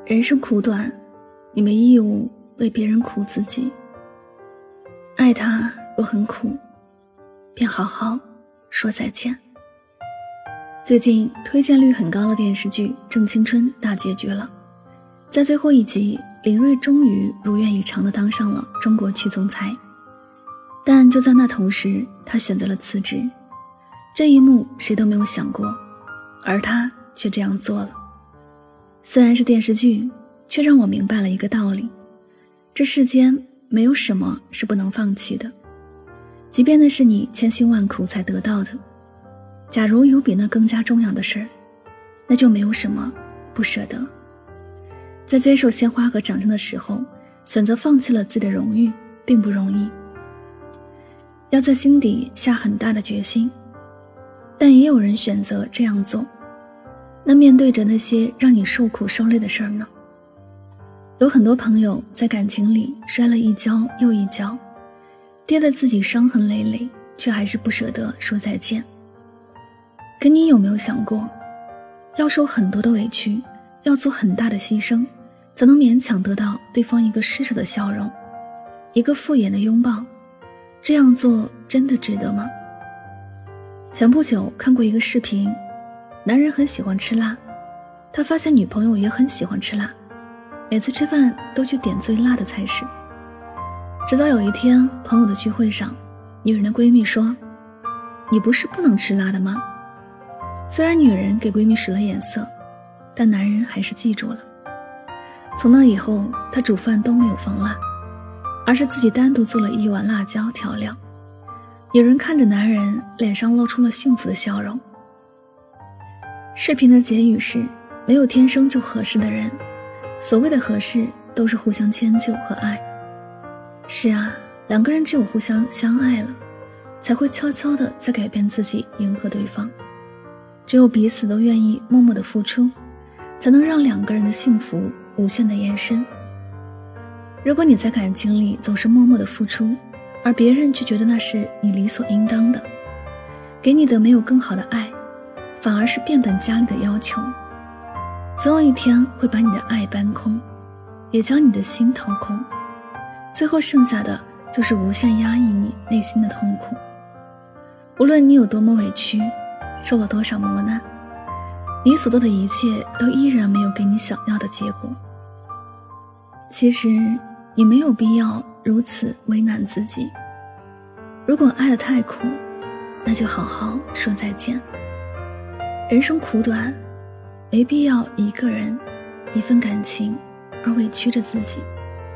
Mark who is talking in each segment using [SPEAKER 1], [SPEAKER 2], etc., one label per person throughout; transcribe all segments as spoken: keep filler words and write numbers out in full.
[SPEAKER 1] 人生苦短，你没义务为别人苦自己。爱他若很苦，便好好说再见。最近推荐率很高的电视剧《正青春》大结局了，在最后一集，林睿终于如愿以偿地当上了中国区总裁。但就在那同时，他选择了辞职。这一幕谁都没有想过，而他却这样做了。虽然是电视剧，却让我明白了一个道理：这世间没有什么是不能放弃的，即便那是你千辛万苦才得到的。假如有比那更加重要的事儿，那就没有什么不舍得。在接受鲜花和掌声的时候，选择放弃了自己的荣誉并不容易，要在心底下很大的决心。但也有人选择这样做，那面对着那些让你受苦受累的事儿呢？有很多朋友在感情里摔了一跤又一跤，跌得自己伤痕累累，却还是不舍得说再见。可你有没有想过，要受很多的委屈，要做很大的牺牲，才能勉强得到对方一个施舍的笑容，一个敷衍的拥抱，这样做真的值得吗？前不久看过一个视频，男人很喜欢吃辣，他发现女朋友也很喜欢吃辣，每次吃饭都去点最辣的菜式。直到有一天朋友的聚会上，女人的闺蜜说：“你不是不能吃辣的吗？”虽然女人给闺蜜使了眼色，但男人还是记住了。从那以后，他煮饭都没有放辣，而是自己单独做了一碗辣椒调料。有人看着男人脸上露出了幸福的笑容。视频的结语是：没有天生就合适的人，所谓的合适都是互相迁就和爱。是啊，两个人只有互相相爱了，才会悄悄地在改变自己，迎合对方。只有彼此都愿意默默地付出，才能让两个人的幸福无限地延伸。如果你在感情里总是默默地付出，而别人却觉得那是你理所应当的，给你的没有更好的爱，反而是变本加厉的要求，总有一天会把你的爱搬空，也将你的心掏空，最后剩下的就是无限压抑你内心的痛苦。无论你有多么委屈，受了多少磨难，你所做的一切都依然没有给你想要的结果。其实你没有必要如此为难自己，如果爱得太苦，那就好好说再见。人生苦短，没必要一个人一份感情而委屈着自己。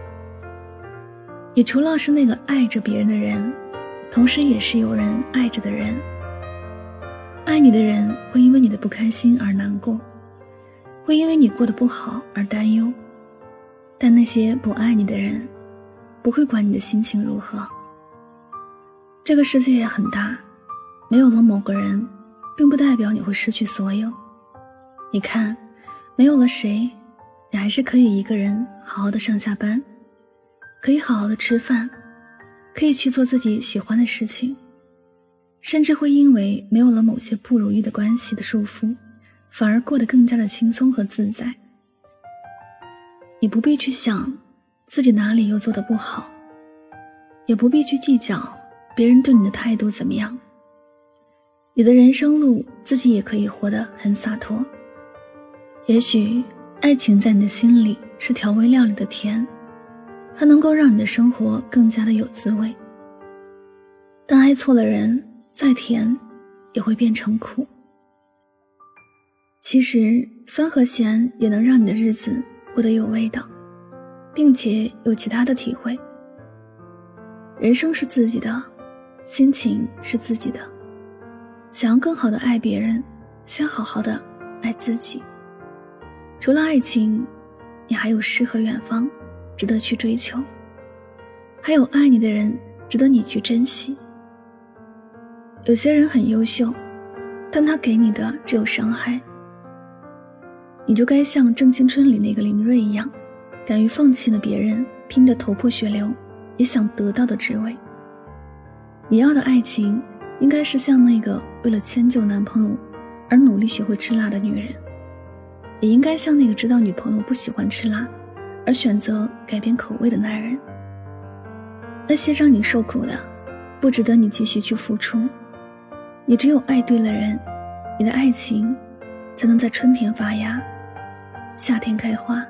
[SPEAKER 1] 你除了是那个爱着别人的人，同时也是有人爱着的人。爱你的人会因为你的不开心而难过，会因为你过得不好而担忧，但那些不爱你的人不会管你的心情如何。这个世界也很大，没有了某个人，并不代表你会失去所有。你看，没有了谁，你还是可以一个人好好的上下班，可以好好的吃饭，可以去做自己喜欢的事情，甚至会因为没有了某些不如意的关系的束缚，反而过得更加的轻松和自在。你不必去想自己哪里又做得不好，也不必去计较别人对你的态度怎么样。你的人生路自己也可以活得很洒脱。也许爱情在你的心里是调味料里的甜，它能够让你的生活更加的有滋味。但爱错了人，再甜也会变成苦。其实酸和咸也能让你的日子过得有味道，并且有其他的体会。人生是自己的，心情是自己的。想要更好的爱别人，先好好的爱自己。除了爱情，你还有诗和远方值得去追求，还有爱你的人值得你去珍惜。有些人很优秀，但他给你的只有伤害。你就该像《正青春》里那个林睿一样，敢于放弃了别人拼得头破血流也想得到的职位。你要的爱情应该是像那个为了迁就男朋友而努力学会吃辣的女人， 也应该像那个知道女朋友不喜欢吃辣而选择改变口味的男人。那些让你受苦的，不值得你继续去付出。你只有爱对了人，你的爱情才能在春天发芽，夏天开花。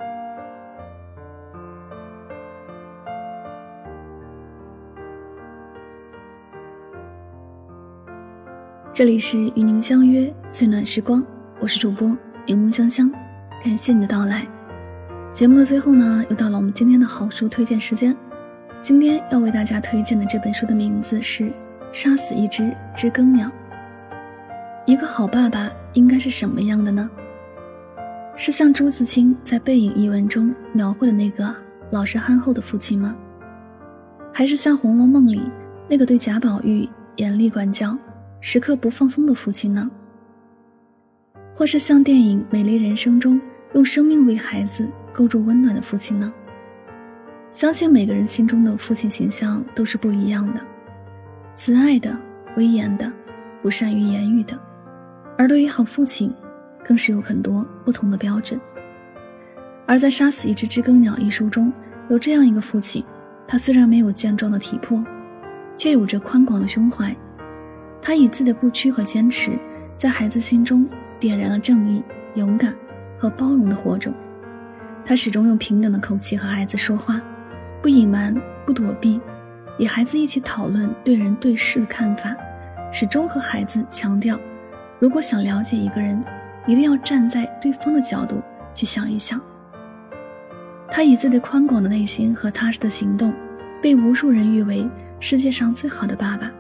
[SPEAKER 1] 这里是与您相约最暖时光，我是主播柠檬香香，感谢你的到来。节目的最后呢，又到了我们今天的好书推荐时间。今天要为大家推荐的这本书的名字是《杀死一只知更鸟》。一个好爸爸应该是什么样的呢？是像朱自清在《背影》一文中描绘的那个老实憨厚的父亲吗？还是像《红楼梦》里那个对贾宝玉严厉管教时刻不放松的父亲呢？或是像电影《美丽人生》中用生命为孩子构筑温暖的父亲呢？相信每个人心中的父亲形象都是不一样的，慈爱的、威严的、不善于言语的，而对于好父亲更是有很多不同的标准。而在《杀死一只知更鸟》一书中，有这样一个父亲，他虽然没有健壮的体魄，却有着宽广的胸怀。他以自己的不屈和坚持，在孩子心中点燃了正义、勇敢和包容的火种。他始终用平等的口气和孩子说话，不隐瞒，不躲避，与孩子一起讨论对人对事的看法，始终和孩子强调，如果想了解一个人，一定要站在对方的角度去想一想。他以自己宽广的内心和踏实的行动，被无数人誉为世界上最好的爸爸。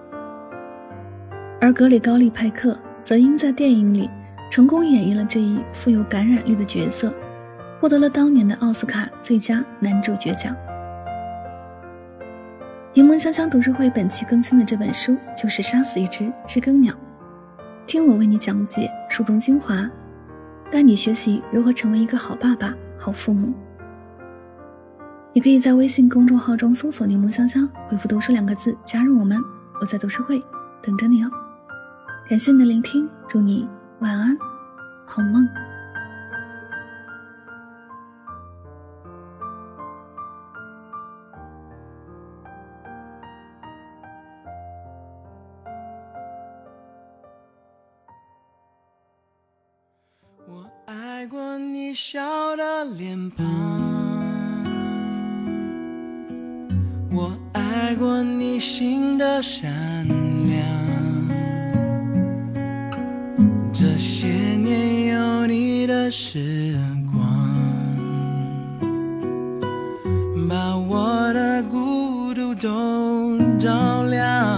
[SPEAKER 1] 而格里高利·派克则因在电影里成功演绎了这一富有感染力的角色，获得了当年的奥斯卡最佳男主角奖。柠檬香香读书会本期更新的这本书就是《杀死一只知更鸟》，听我为你讲解书中精华，带你学习如何成为一个好爸爸、好父母。你可以在微信公众号中搜索柠檬香香，回复读书两个字加入我们，我在读书会等着你哦。感谢你的聆听，祝你晚安，好梦。
[SPEAKER 2] 我爱过你笑的脸庞，我爱过你心的善良，这些年有你的时光，把我的孤独都照亮。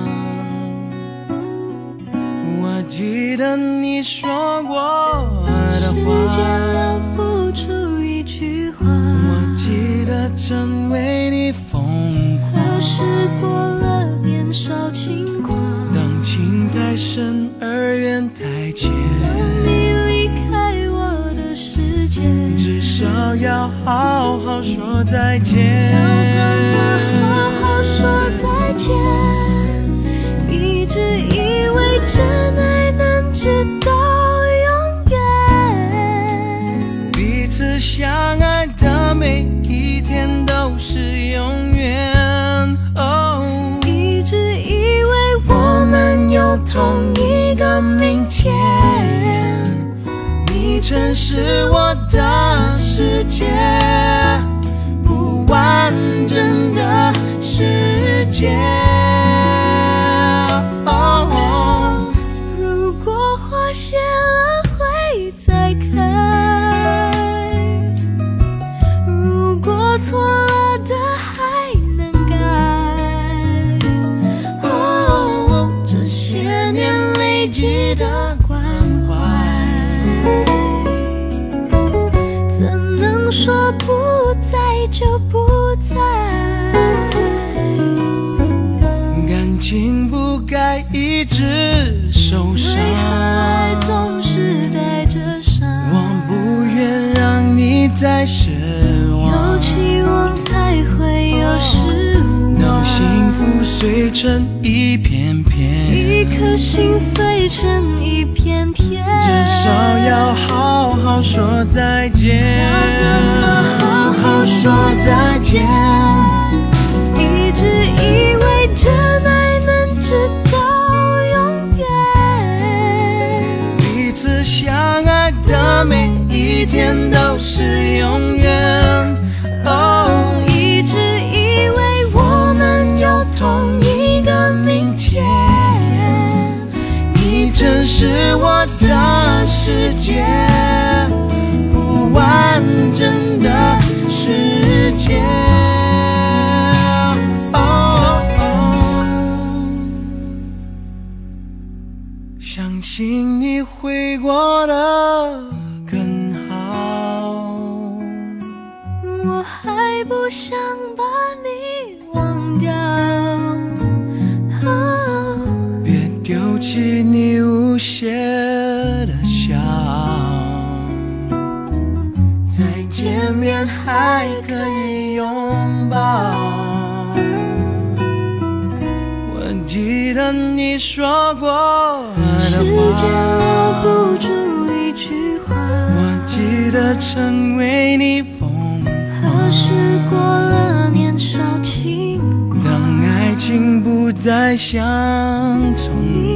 [SPEAKER 2] 我记得你说过的话，
[SPEAKER 3] 时间留不住一句话，
[SPEAKER 2] 我记得曾为你疯狂。
[SPEAKER 3] 可是过了年少轻狂，
[SPEAKER 2] 当情太深而缘太浅，
[SPEAKER 3] 当你离开我的世界，
[SPEAKER 2] 至少要好好说再见。
[SPEAKER 3] 要怎么好好说再见？一直以为真爱能直到永远，
[SPEAKER 2] 彼此相爱的每一天都是永远。哦，
[SPEAKER 3] 一直以为
[SPEAKER 2] 我们有同一个明天，你曾是我的世界，不完整的世界。哦，
[SPEAKER 3] 如果花谢了会再开，如果错了的还能改。哦，这些年累积的关怀，怎能说不在就不在？
[SPEAKER 2] 感情不该一直受伤，
[SPEAKER 3] 为何爱总是带着伤？
[SPEAKER 2] 我不愿让你再失望，
[SPEAKER 3] 有期望才会有失望，
[SPEAKER 2] 当幸福碎成一片片，
[SPEAKER 3] 一颗心碎成一片片，
[SPEAKER 2] 至少要好好说再见？
[SPEAKER 3] 要怎么好好说再见？一直以为真爱能直到永远，
[SPEAKER 2] 彼此相爱的每一天都是永远。哦，
[SPEAKER 3] 一直以为我们有同一个明天，
[SPEAKER 2] 你真是我的世界，不完整的世界。哦哦，相信你会过得更好。
[SPEAKER 3] 我还不想把你忘掉。
[SPEAKER 2] 别丢弃你无邪的笑，再见面还可以拥抱。我记得你说过的
[SPEAKER 3] 时间留
[SPEAKER 2] 话，
[SPEAKER 3] 不住一句话，
[SPEAKER 2] 我记得成为你风
[SPEAKER 3] 何时过了年少轻狂，
[SPEAKER 2] 当爱情不再相从。